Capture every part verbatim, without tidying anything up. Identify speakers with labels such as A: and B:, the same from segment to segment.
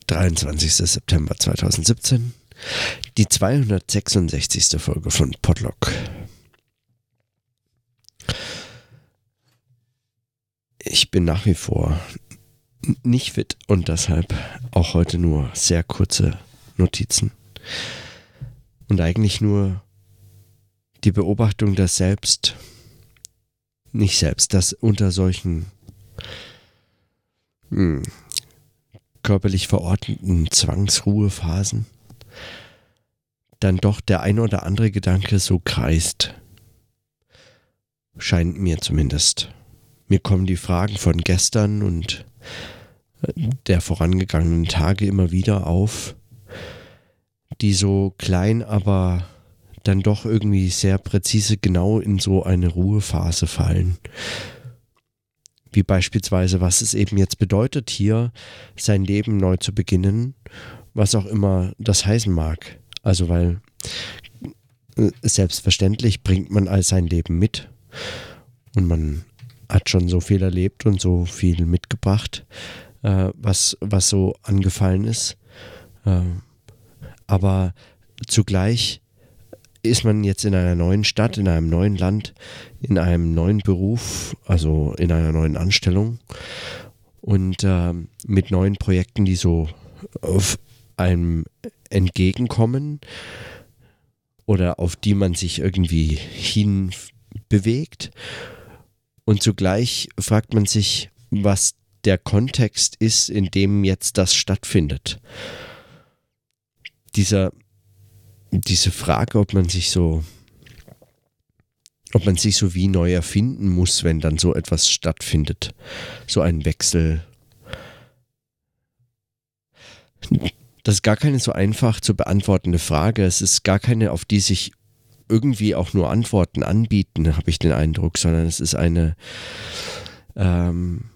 A: dreiundzwanzigster September zweitausendsiebzehn, die zweihundertsechsundsechzigste Folge von Podlog. Ich bin nach wie vor nicht fit und deshalb auch heute nur sehr kurze Notizen. Und eigentlich nur die Beobachtung, dass selbst, nicht selbst, dass unter solchen mh, körperlich verordneten Zwangsruhephasen dann doch der ein oder andere Gedanke so kreist. Scheint mir zumindest. Mir kommen die Fragen von gestern und der vorangegangenen Tage immer wieder auf, die so klein, aber dann doch irgendwie sehr präzise genau in so eine Ruhephase fallen. Wie beispielsweise, was es eben jetzt bedeutet, hier sein Leben neu zu beginnen, was auch immer das heißen mag. Also weil selbstverständlich bringt man all sein Leben mit und man hat schon so viel erlebt und so viel mitgebracht, äh, was, was so angefallen ist. Äh, aber zugleich ist man jetzt in einer neuen Stadt, in einem neuen Land, in einem neuen Beruf, also in einer neuen Anstellung und äh, mit neuen Projekten, die so auf einem entgegenkommen oder auf die man sich irgendwie hin bewegt. Und zugleich fragt man sich, was der Kontext ist, in dem jetzt das stattfindet. Dieser, diese Frage, ob man sich so, ob man sich so wie neu erfinden muss, wenn dann so etwas stattfindet. So ein Wechsel. Das ist gar keine so einfach zu beantwortende Frage. Es ist gar keine, auf die sich irgendwie auch nur Antworten anbieten, habe ich den Eindruck, sondern es ist eine, ähm,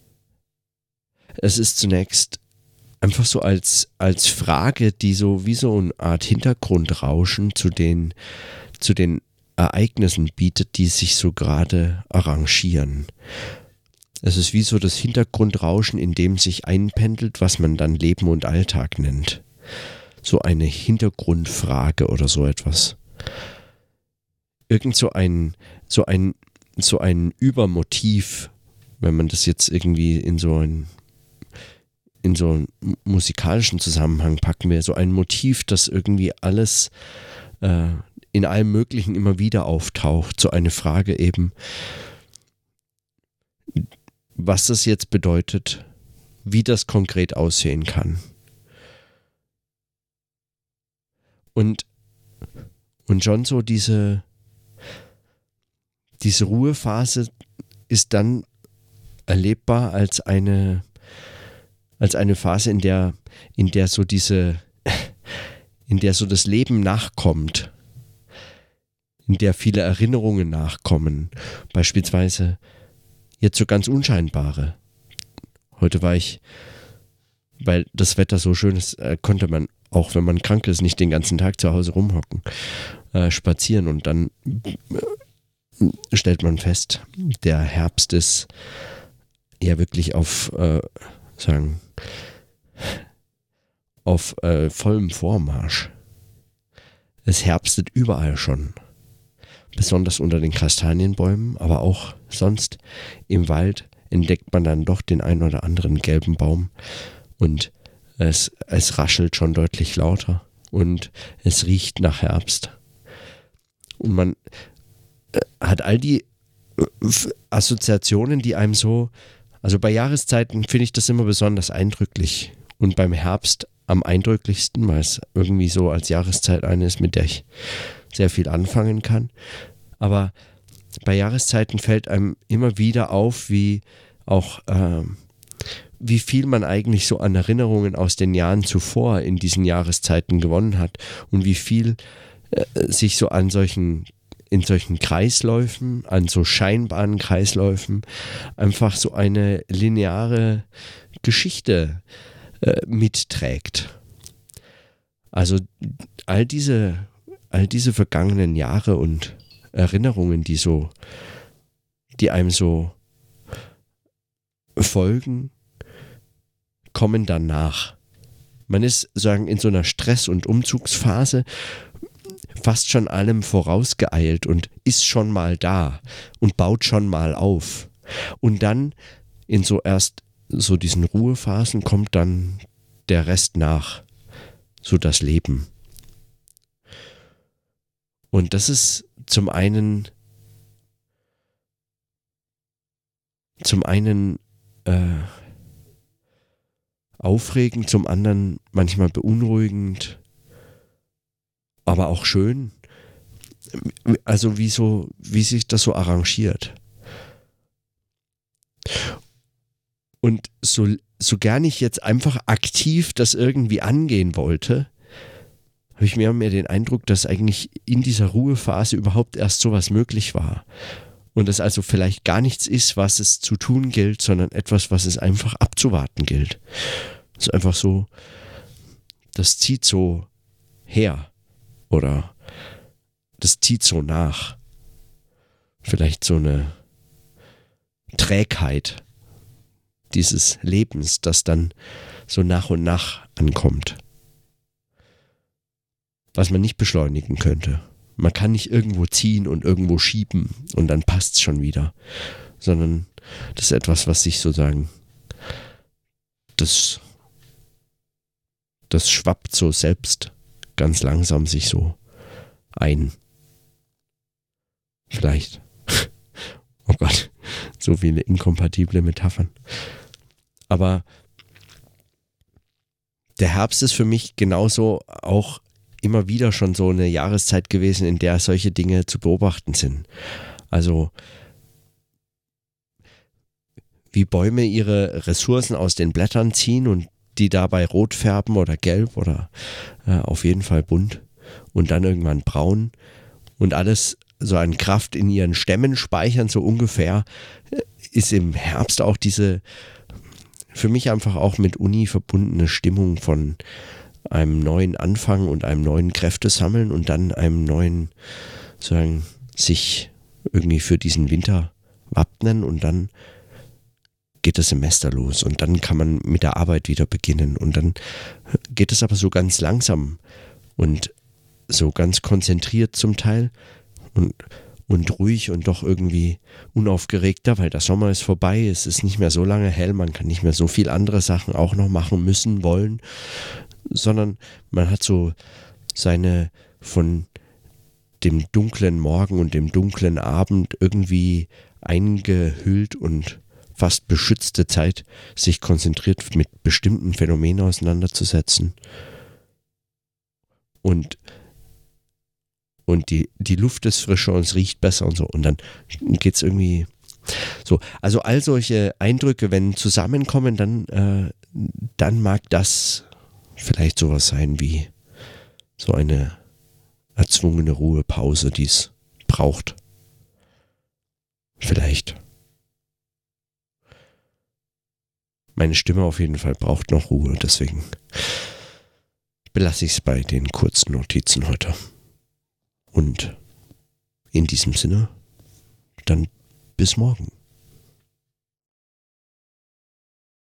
A: es ist zunächst einfach so als, als Frage, die so wie so eine Art Hintergrundrauschen zu den, zu den Ereignissen bietet, die sich so gerade arrangieren. Es ist wie so das Hintergrundrauschen, in dem sich einpendelt, was man dann Leben und Alltag nennt. So eine Hintergrundfrage oder so etwas. Irgend so ein, so ein, so ein Übermotiv, wenn man das jetzt irgendwie in so ein, in so einen musikalischen Zusammenhang packen will, so ein Motiv, das irgendwie alles äh, in allem Möglichen immer wieder auftaucht, so eine Frage eben, was das jetzt bedeutet, wie das konkret aussehen kann. Und, und schon so diese Diese Ruhephase ist dann erlebbar als eine, als eine Phase, in der, in der so diese, in der so das Leben nachkommt, in der viele Erinnerungen nachkommen, beispielsweise jetzt so ganz unscheinbare. Heute war ich, weil das Wetter so schön ist, konnte man, auch wenn man krank ist, nicht den ganzen Tag zu Hause rumhocken, äh, spazieren und dann stellt man fest, der Herbst ist ja wirklich auf, äh, sagen, auf äh, vollem Vormarsch. Es herbstet überall schon. Besonders unter den Kastanienbäumen, aber auch sonst im Wald entdeckt man dann doch den ein oder anderen gelben Baum und es, es raschelt schon deutlich lauter und es riecht nach Herbst. Und man hat all die Assoziationen, die einem so, also bei Jahreszeiten finde ich das immer besonders eindrücklich und beim Herbst am eindrücklichsten, weil es irgendwie so als Jahreszeit eine ist, mit der ich sehr viel anfangen kann. Aber bei Jahreszeiten fällt einem immer wieder auf, wie auch, ähm, wie viel man eigentlich so an Erinnerungen aus den Jahren zuvor in diesen Jahreszeiten gewonnen hat und wie viel äh, sich so an solchen in solchen Kreisläufen, an so scheinbaren Kreisläufen, einfach so eine lineare Geschichte äh, mitträgt. Also all diese, all diese vergangenen Jahre und Erinnerungen, die so, die einem so folgen, kommen danach. Man ist sagen in so einer Stress- und Umzugsphase fast schon allem vorausgeeilt und ist schon mal da und baut schon mal auf. Und dann in so erst so diesen Ruhephasen kommt dann der Rest nach, so das Leben. Und das ist zum einen zum einen äh, aufregend, zum anderen manchmal beunruhigend, aber auch schön. Also wie so, wie sich das so arrangiert. Und so, so gern ich jetzt einfach aktiv das irgendwie angehen wollte, habe ich mehr und mehr den Eindruck, dass eigentlich in dieser Ruhephase überhaupt erst sowas möglich war. Und das also vielleicht gar nichts ist, was es zu tun gilt, sondern etwas, was es einfach abzuwarten gilt. Das ist einfach so, das zieht so her oder das zieht so nach. Vielleicht so eine Trägheit dieses Lebens, das dann so nach und nach ankommt. Was man nicht beschleunigen könnte. Man kann nicht irgendwo ziehen und irgendwo schieben und dann passt es schon wieder. Sondern das ist etwas, was sich sozusagen, das, das schwappt so selbst ganz langsam sich so ein. Vielleicht. Oh Gott, so viele inkompatible Metaphern. Aber der Herbst ist für mich genauso auch immer wieder schon so eine Jahreszeit gewesen, in der solche Dinge zu beobachten sind. Also wie Bäume ihre Ressourcen aus den Blättern ziehen und die dabei rot färben oder gelb oder äh, auf jeden Fall bunt und dann irgendwann braun und alles so an Kraft in ihren Stämmen speichern, so ungefähr, ist im Herbst auch diese für mich einfach auch mit Uni verbundene Stimmung von einem neuen Anfang und einem neuen Kräftesammeln und dann einem neuen, sagen, sich irgendwie für diesen Winter wappnen und dann geht das Semester los und dann kann man mit der Arbeit wieder beginnen und dann geht es aber so ganz langsam und so ganz konzentriert zum Teil und, und ruhig und doch irgendwie unaufgeregter, weil der Sommer ist vorbei, es ist nicht mehr so lange hell, man kann nicht mehr so viel andere Sachen auch noch machen müssen, wollen, sondern man hat so seine von dem dunklen Morgen und dem dunklen Abend irgendwie eingehüllt und fast beschützte Zeit, sich konzentriert mit bestimmten Phänomenen auseinanderzusetzen. Und, und die, die Luft ist frischer und es riecht besser und so. Und dann geht es irgendwie so. Also all solche Eindrücke, wenn zusammenkommen, dann, äh, dann mag das vielleicht sowas sein wie so eine erzwungene Ruhepause, die es braucht. Vielleicht. Meine Stimme auf jeden Fall braucht noch Ruhe, deswegen belasse ich es bei den kurzen Notizen heute. Und in diesem Sinne, dann bis morgen.